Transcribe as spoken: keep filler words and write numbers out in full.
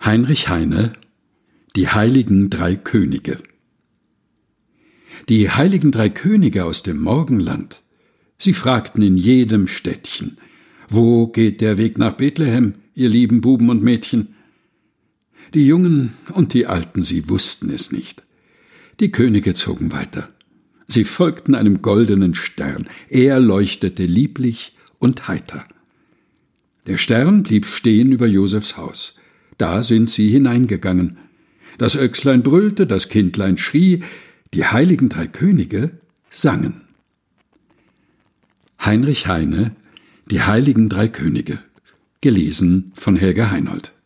Heinrich Heine: Die heiligen drei Könige. Die heiligen drei Könige aus dem Morgenland, sie fragten in jedem Städtchen: Wo geht der Weg nach Bethlehem, ihr lieben Buben und Mädchen? Die Jungen und die Alten, sie wussten es nicht. Die Könige zogen weiter. Sie folgten einem goldenen Stern, er leuchtete lieblich und heiter. Der Stern blieb stehen über Josefs Haus. Da sind sie hineingegangen. Das Öchslein brüllte, das Kindlein schrie, die heiligen drei Könige sangen. Heinrich Heine: Die heiligen drei Könige. Gelesen von Helga Heinold.